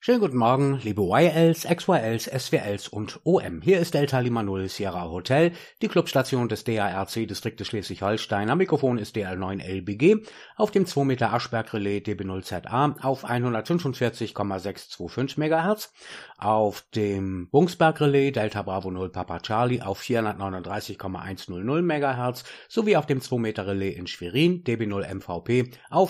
Schönen guten Morgen, liebe YLs, XYLs, SWLs und OM. Hier ist Delta Lima 0 Sierra Hotel, die Clubstation des DARC-Distriktes Schleswig-Holstein. Am Mikrofon ist DL9LBG auf dem 2 Meter Aschberg-Relais DB0ZA auf 145,625 MHz, auf dem Bungsberg-Relais Delta Bravo 0 Papa Charlie auf 439,100 MHz sowie auf dem 2 Meter Relais in Schwerin DB0 MVP auf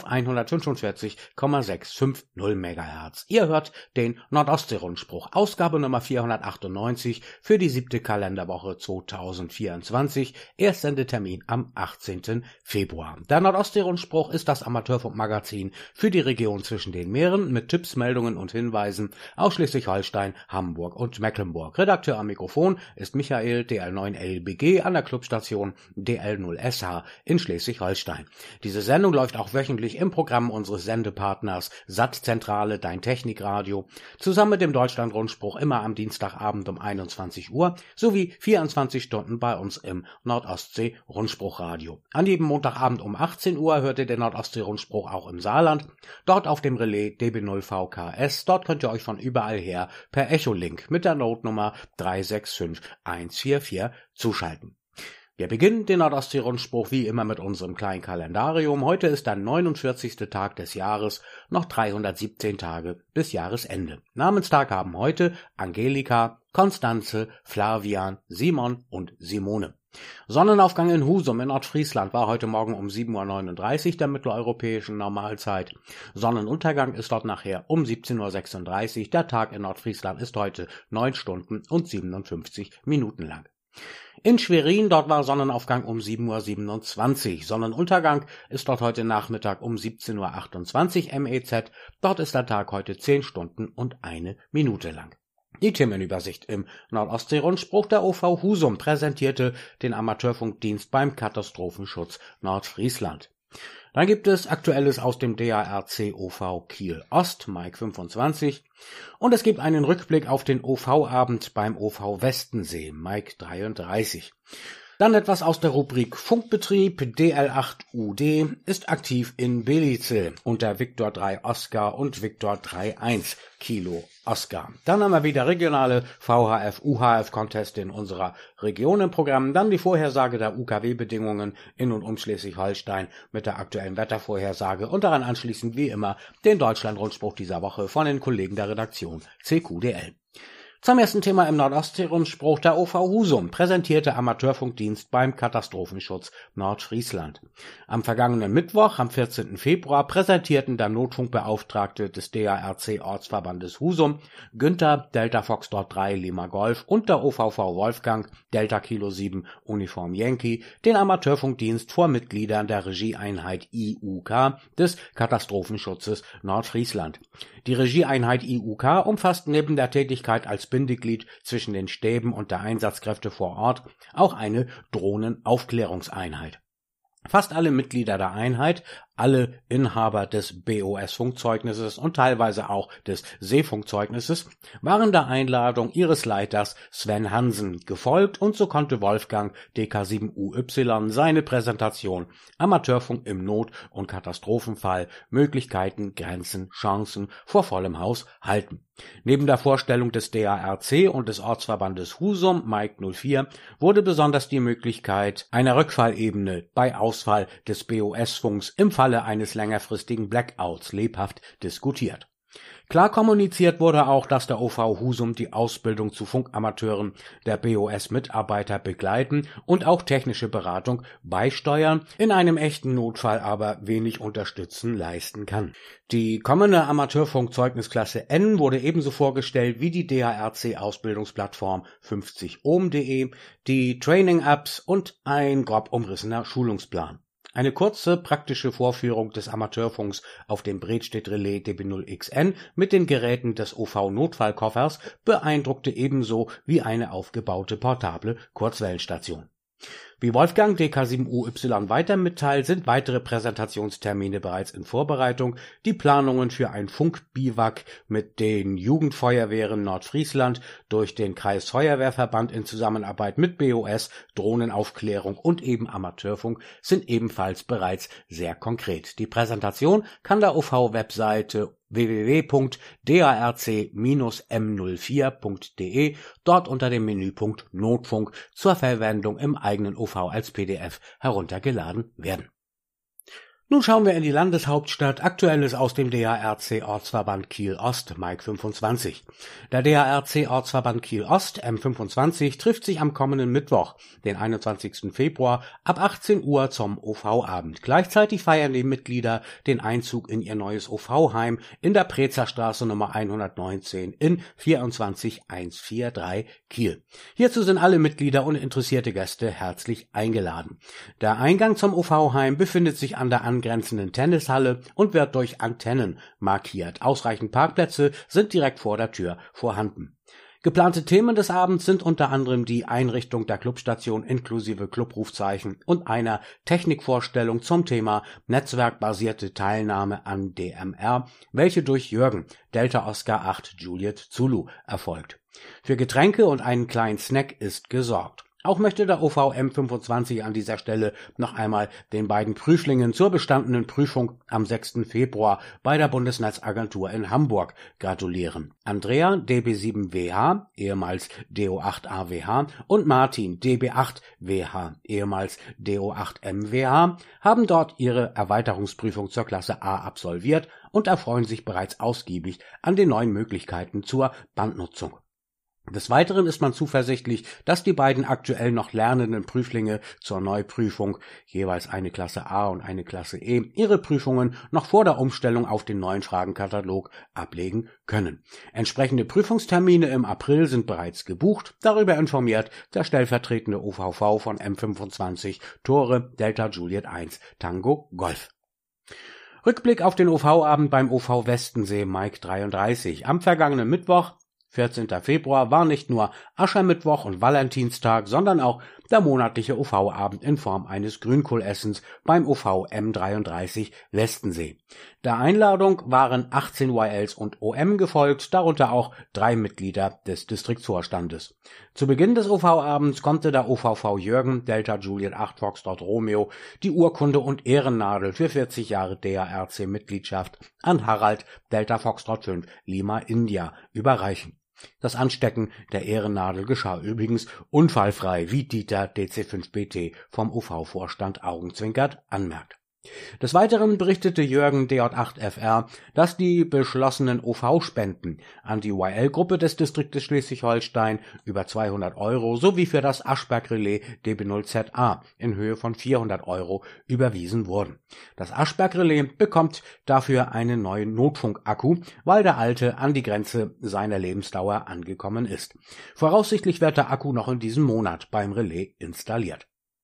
145,650 MHz. Ihr hört den Nordostsee-Rundspruch, Ausgabe Nummer 498 für die 7. Kalenderwoche 2024, Erstsendetermin am 18. Februar. Der Nordostsee-Rundspruch ist das Amateurfunkmagazin für die Region zwischen den Meeren mit Tipps, Meldungen und Hinweisen aus Schleswig-Holstein, Hamburg und Mecklenburg. Redakteur am Mikrofon ist Michael, DL9LBG an der Clubstation DL0SH in Schleswig-Holstein. Diese Sendung läuft auch wöchentlich im Programm unseres Sendepartners Sattzentrale, Dein Technikradio, zusammen mit dem Deutschlandrundspruch immer am Dienstagabend um 21 Uhr sowie 24 Stunden bei uns im Nordostsee-Rundspruchradio. An jedem Montagabend um 18 Uhr hört ihr den Nordostsee-Rundspruch auch im Saarland, dort auf dem Relais DB0VKS. Dort könnt ihr euch von überall her per Echolink mit der Notnummer 365144 zuschalten. Wir beginnen den Nordostsee-Rundspruch wie immer mit unserem kleinen Kalendarium. Heute ist der 49. Tag des Jahres, noch 317 Tage bis Jahresende. Namenstag haben heute Angelika, Konstanze, Flavian, Simon und Simone. Sonnenaufgang in Husum in Nordfriesland war heute Morgen um 7:39 Uhr der mitteleuropäischen Normalzeit. Sonnenuntergang ist dort nachher um 17:36 Uhr. Der Tag in Nordfriesland ist heute 9 Stunden und 57 Minuten lang. In Schwerin, dort war Sonnenaufgang um 7:27 Uhr. Sonnenuntergang ist dort heute Nachmittag um 17:28 Uhr MEZ. Dort ist der Tag heute 10 Stunden und 1 Minute lang. Die Themenübersicht im Nordostsee-Rundspruch. Der OV Husum präsentierte den Amateurfunkdienst beim Katastrophenschutz Nordfriesland. Dann gibt es Aktuelles aus dem DARC OV Kiel Ost, Mike 25. Und es gibt einen Rückblick auf den OV-Abend beim OV Westensee, Mike 33. Dann etwas aus der Rubrik Funkbetrieb. DL8UD ist aktiv in Belize unter Victor 3 Oscar und Victor 3-1 Kilo Oscar. Dann haben wir wieder regionale VHF-UHF-Conteste in unserer Region im Programm. Dann die Vorhersage der UKW-Bedingungen in und um Schleswig-Holstein mit der aktuellen Wettervorhersage und daran anschließend wie immer den Deutschlandrundspruch dieser Woche von den Kollegen der Redaktion CQDL. Zum ersten Thema im Nordostsee-Rundspruch. Der OV Husum präsentierte Amateurfunkdienst beim Katastrophenschutz Nordfriesland. Am vergangenen Mittwoch, am 14. Februar, präsentierten der Notfunkbeauftragte des DARC-Ortsverbandes Husum, Günther, Delta Foxtrot 3 Lima Golf und der OVV Wolfgang, Delta Kilo 7 Uniform Yankee, den Amateurfunkdienst vor Mitgliedern der Regieeinheit IUK des Katastrophenschutzes Nordfriesland. Die Regieeinheit IUK umfasst neben der Tätigkeit als Bindeglied zwischen den Stäben und der Einsatzkräfte vor Ort auch eine Drohnenaufklärungseinheit. Fast alle Mitglieder der Einheit, alle Inhaber des BOS-Funkzeugnisses und teilweise auch des Seefunkzeugnisses waren der Einladung ihres Leiters Sven Hansen gefolgt und so konnte Wolfgang DK7UY seine Präsentation Amateurfunk im Not- und Katastrophenfall, Möglichkeiten, Grenzen, Chancen vor vollem Haus halten. Neben der Vorstellung des DARC und des Ortsverbandes Husum, Mike 04, wurde besonders die Möglichkeit einer Rückfallebene bei Ausfall des BOS-Funks im Falle eines längerfristigen Blackouts lebhaft diskutiert. Klar kommuniziert wurde auch, dass der OV Husum die Ausbildung zu Funkamateuren der BOS-Mitarbeiter begleiten und auch technische Beratung beisteuern, in einem echten Notfall aber wenig unterstützen leisten kann. Die kommende Amateurfunkzeugnisklasse N wurde ebenso vorgestellt wie die DARC-Ausbildungsplattform 50ohm.de, die Training-Apps und ein grob umrissener Schulungsplan. Eine kurze, praktische Vorführung des Amateurfunks auf dem Bredstedt-Relais DB0XN mit den Geräten des OV-Notfallkoffers beeindruckte ebenso wie eine aufgebaute portable Kurzwellenstation. Wie Wolfgang DK7UY weiter mitteilt, sind weitere Präsentationstermine bereits in Vorbereitung. Die Planungen für ein Funkbiwak mit den Jugendfeuerwehren Nordfriesland durch den Kreisfeuerwehrverband in Zusammenarbeit mit BOS, Drohnenaufklärung und eben Amateurfunk sind ebenfalls bereits sehr konkret. Die Präsentation kann der OV-Webseite www.darc-m04.de, dort unter dem Menüpunkt Notfunk zur Verwendung im eigenen OV als PDF heruntergeladen werden. Nun schauen wir in die Landeshauptstadt. Aktuelles aus dem DARC-Ortsverband Kiel-Ost, Mike 25. Der DARC-Ortsverband Kiel-Ost, M25, trifft sich am kommenden Mittwoch, den 21. Februar, ab 18 Uhr zum OV-Abend. Gleichzeitig feiern die Mitglieder den Einzug in ihr neues OV-Heim in der Prezerstraße Nummer 119 in 24143 Kiel. Hierzu sind alle Mitglieder und interessierte Gäste herzlich eingeladen. Der Eingang zum OV-Heim befindet sich an der angrenzenden Tennishalle und wird durch Antennen markiert. Ausreichend Parkplätze sind direkt vor der Tür vorhanden. Geplante Themen des Abends sind unter anderem die Einrichtung der Clubstation inklusive Clubrufzeichen und einer Technikvorstellung zum Thema netzwerkbasierte Teilnahme an DMR, welche durch Jürgen, Delta Oscar 8 Juliet Zulu, erfolgt. Für Getränke und einen kleinen Snack ist gesorgt. Auch möchte der OV M25 an dieser Stelle noch einmal den beiden Prüflingen zur bestandenen Prüfung am 6. Februar bei der Bundesnetzagentur in Hamburg gratulieren. Andrea, DB7WH, ehemals DO8AWH, und Martin, DB8WH, ehemals DO8MWH, haben dort ihre Erweiterungsprüfung zur Klasse A absolviert und erfreuen sich bereits ausgiebig an den neuen Möglichkeiten zur Bandnutzung. Des Weiteren ist man zuversichtlich, dass die beiden aktuell noch lernenden Prüflinge zur Neuprüfung, jeweils eine Klasse A und eine Klasse E, ihre Prüfungen noch vor der Umstellung auf den neuen Fragenkatalog ablegen können. Entsprechende Prüfungstermine im April sind bereits gebucht, darüber informiert der stellvertretende OVV von M25 Tore Delta Juliet 1 Tango Golf. Rückblick auf den OV-Abend beim OV Westensee Mike 33. Am vergangenen Mittwoch, 14. Februar, war nicht nur Aschermittwoch und Valentinstag, sondern auch der monatliche OV-Abend in Form eines Grünkohlessens beim OV M33 Westensee. Der Einladung waren 18 YLs und OM gefolgt, darunter auch 3 Mitglieder des Distriktsvorstandes. Zu Beginn des OV-Abends konnte der OVV Jürgen, Delta Juliet 8 Foxtrot Romeo, die Urkunde und Ehrennadel für 40 Jahre DARC-Mitgliedschaft an Harald, Delta Foxtrot 5 Lima India überreichen. Das Anstecken der Ehrennadel geschah übrigens unfallfrei, wie Dieter DC5BT vom OV-Vorstand augenzwinkert anmerkt. Des Weiteren berichtete Jürgen DJ8FR, dass die beschlossenen OV-Spenden an die YL-Gruppe des Distriktes Schleswig-Holstein über 200 € sowie für das Aschberg-Relais DB0ZA in Höhe von 400 € überwiesen wurden. Das Aschberg-Relais bekommt dafür einen neuen Notfunk-Akku, weil der alte an die Grenze seiner Lebensdauer angekommen ist. Voraussichtlich wird der Akku noch in diesem Monat beim Relais installiert.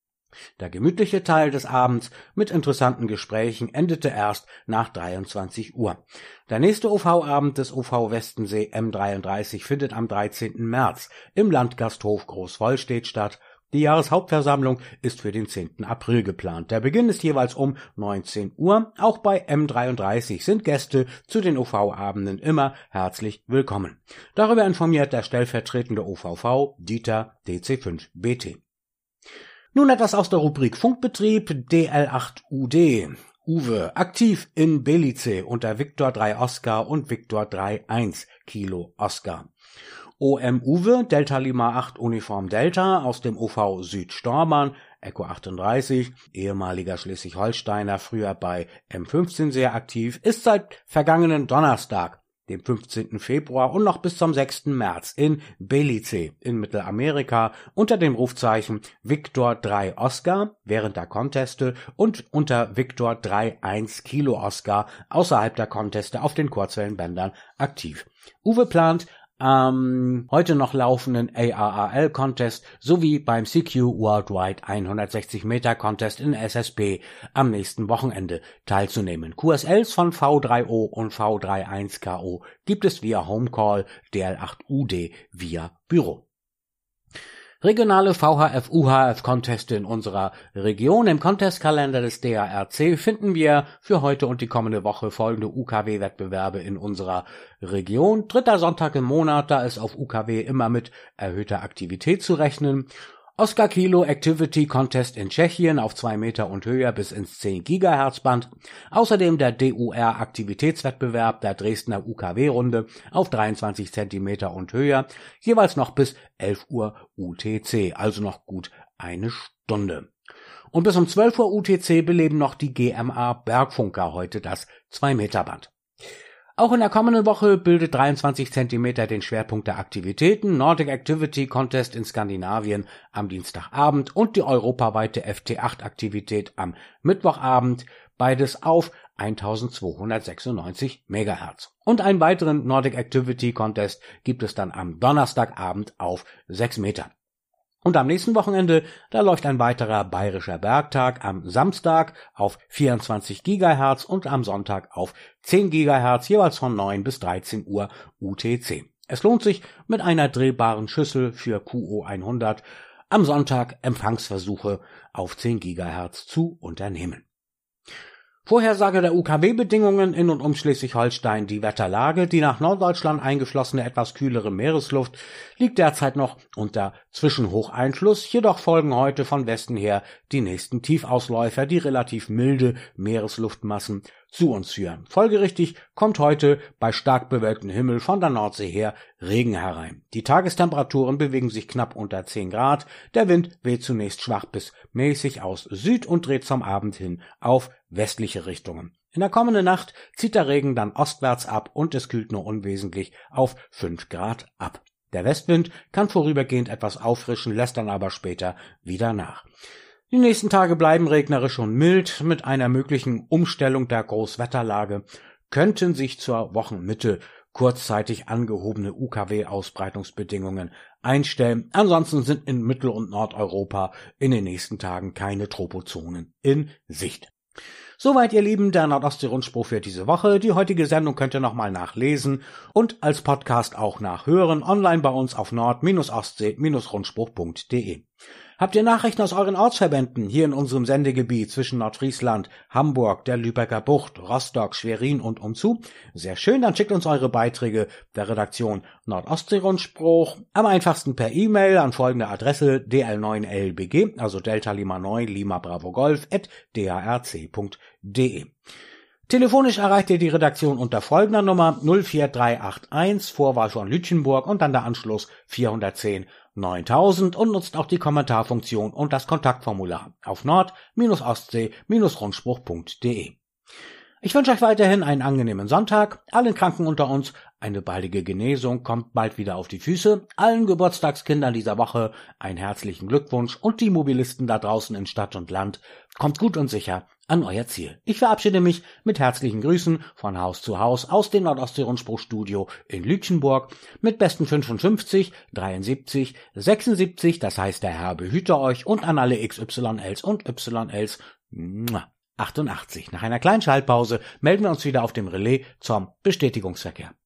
Der gemütliche Teil des Abends mit interessanten Gesprächen endete erst nach 23 Uhr. Der nächste OV-Abend des OV Westensee M33 findet am 13. März im Landgasthof Großvollstedt statt. Die Jahreshauptversammlung ist für den 10. April geplant. Der Beginn ist jeweils um 19 Uhr. Auch bei M33 sind Gäste zu den OV-Abenden immer herzlich willkommen. Darüber informiert der stellvertretende OVV Dieter DC5BT. Nun etwas aus der Rubrik Funkbetrieb. DL8UD. Uwe, aktiv in Belize unter Victor 3 Oscar und Victor 3 1 Kilo Oscar. OM Uwe, Delta Lima 8 Uniform Delta aus dem OV Südstormann, Echo 38, ehemaliger Schleswig-Holsteiner, früher bei M15 sehr aktiv, ist seit vergangenen Donnerstag, dem 15. Februar und noch bis zum 6. März in Belize in Mittelamerika unter dem Rufzeichen Victor 3 Oscar während der Conteste und unter Victor 3 1 Kilo Oscar außerhalb der Conteste auf den Kurzwellenbändern aktiv. Uwe plant heute noch laufenden ARRL-Contest sowie beim CQ Worldwide 160 Meter Contest in SSP am nächsten Wochenende teilzunehmen. QSLs von V3O und V31KO gibt es via Homecall, DL8UD via Büro. Regionale VHF-UHF-Conteste in unserer Region. Im Contestkalender des DARC finden wir für heute und die kommende Woche folgende UKW-Wettbewerbe in unserer Region. 3. Sonntag im Monat, da ist auf UKW immer mit erhöhter Aktivität zu rechnen. Oscar Kilo Activity Contest in Tschechien auf 2 Meter und höher bis ins 10 Gigahertz Band. Außerdem der DUR Aktivitätswettbewerb der Dresdner UKW-Runde auf 23 Zentimeter und höher, jeweils noch bis 11 Uhr UTC, also noch gut eine Stunde. Und bis um 12 Uhr UTC beleben noch die GMA Bergfunker heute das 2 Meter Band. Auch in der kommenden Woche bildet 23 Zentimeter den Schwerpunkt der Aktivitäten, Nordic Activity Contest in Skandinavien am Dienstagabend und die europaweite FT8-Aktivität am Mittwochabend, beides auf 1296 Megahertz. Und einen weiteren Nordic Activity Contest gibt es dann am Donnerstagabend auf 6 Meter. Und am nächsten Wochenende, da läuft ein weiterer bayerischer Bergtag am Samstag auf 24 Gigahertz und am Sonntag auf 10 Gigahertz, jeweils von 9 bis 13 Uhr UTC. Es lohnt sich, mit einer drehbaren Schüssel für QO100 am Sonntag Empfangsversuche auf 10 Gigahertz zu unternehmen. Vorhersage der UKW-Bedingungen in und um Schleswig-Holstein. Die Wetterlage, die nach Norddeutschland eingeflossene etwas kühlere Meeresluft, liegt derzeit noch unter Zwischenhocheinfluss, jedoch folgen heute von Westen her die nächsten Tiefausläufer, die relativ milde Meeresluftmassen zu uns führen. Folgerichtig kommt heute bei stark bewölktem Himmel von der Nordsee her Regen herein. Die Tagestemperaturen bewegen sich knapp unter 10 Grad, der Wind weht zunächst schwach bis mäßig aus Süd und dreht zum Abend hin auf westliche Richtungen. In der kommenden Nacht zieht der Regen dann ostwärts ab und es kühlt nur unwesentlich auf 5 Grad ab. Der Westwind kann vorübergehend etwas auffrischen, lässt dann aber später wieder nach. Die nächsten Tage bleiben regnerisch und mild. Mit einer möglichen Umstellung der Großwetterlage könnten sich zur Wochenmitte kurzzeitig angehobene UKW-Ausbreitungsbedingungen einstellen. Ansonsten sind in Mittel- und Nordeuropa in den nächsten Tagen keine Tropozonen in Sicht. Soweit, ihr Lieben, der Nordostsee-Rundspruch für diese Woche. Die heutige Sendung könnt ihr nochmal nachlesen und als Podcast auch nachhören, online bei uns auf nord-ostsee-rundspruch.de. Habt ihr Nachrichten aus euren Ortsverbänden hier in unserem Sendegebiet zwischen Nordfriesland, Hamburg, der Lübecker Bucht, Rostock, Schwerin und umzu? Sehr schön, dann schickt uns eure Beiträge der Redaktion Nordostsee-Rundspruch am einfachsten per E-Mail an folgende Adresse dl9lbg, also Delta Lima 9 Lima Bravo Golf @drc.de. Telefonisch erreicht ihr die Redaktion unter folgender Nummer 04381, Vorwahl von Lütjenburg und dann der Anschluss 410 9000 und nutzt auch die Kommentarfunktion und das Kontaktformular auf nord-ostsee-rundspruch.de. Ich wünsche euch weiterhin einen angenehmen Sonntag, allen Kranken unter uns eine baldige Genesung, kommt bald wieder auf die Füße, allen Geburtstagskindern dieser Woche einen herzlichen Glückwunsch und die Mobilisten da draußen in Stadt und Land, kommt gut und sicher an euer Ziel. Ich verabschiede mich mit herzlichen Grüßen von Haus zu Haus aus dem Nordostsee-Rundspruch-Studio in Lütjenburg mit besten 55, 73, 76, das heißt der Herr behüte euch und an alle XYLs und YLs 88. Nach einer kleinen Schaltpause melden wir uns wieder auf dem Relais zum Bestätigungsverkehr.